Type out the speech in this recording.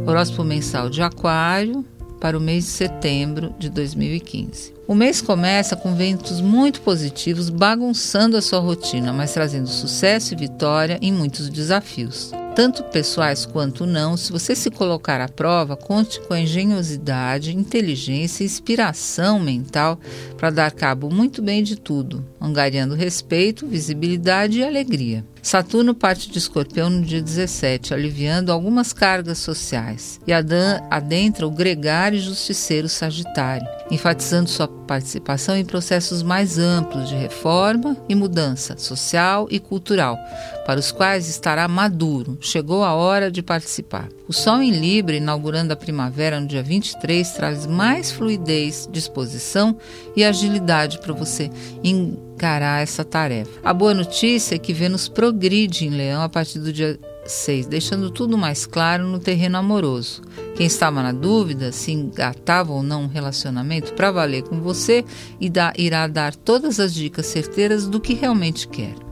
Horóscopo mensal de Aquário para o mês de setembro de 2015. O mês começa com ventos muito positivos, bagunçando a sua rotina, mas trazendo sucesso e vitória em muitos desafios. Tanto pessoais quanto não, se você se colocar à prova, conte com a engenhosidade, inteligência e inspiração mental para dar cabo muito bem de tudo, angariando respeito, visibilidade e alegria. Saturno parte de Escorpião no dia 17, aliviando algumas cargas sociais, e adentra o gregário e justiceiro Sagitário, enfatizando sua participação em processos mais amplos de reforma e mudança social e cultural, para os quais estará maduro. Chegou a hora de participar. O Sol em Libra, inaugurando a primavera no dia 23, traz mais fluidez, disposição e agilidade para você encarar essa tarefa. A boa notícia é que Vênus progride em Leão a partir do dia 6, deixando tudo mais claro no terreno amoroso. Quem estava na dúvida se engatava ou não um relacionamento para valer com você irá dar todas as dicas certeiras do que realmente quer.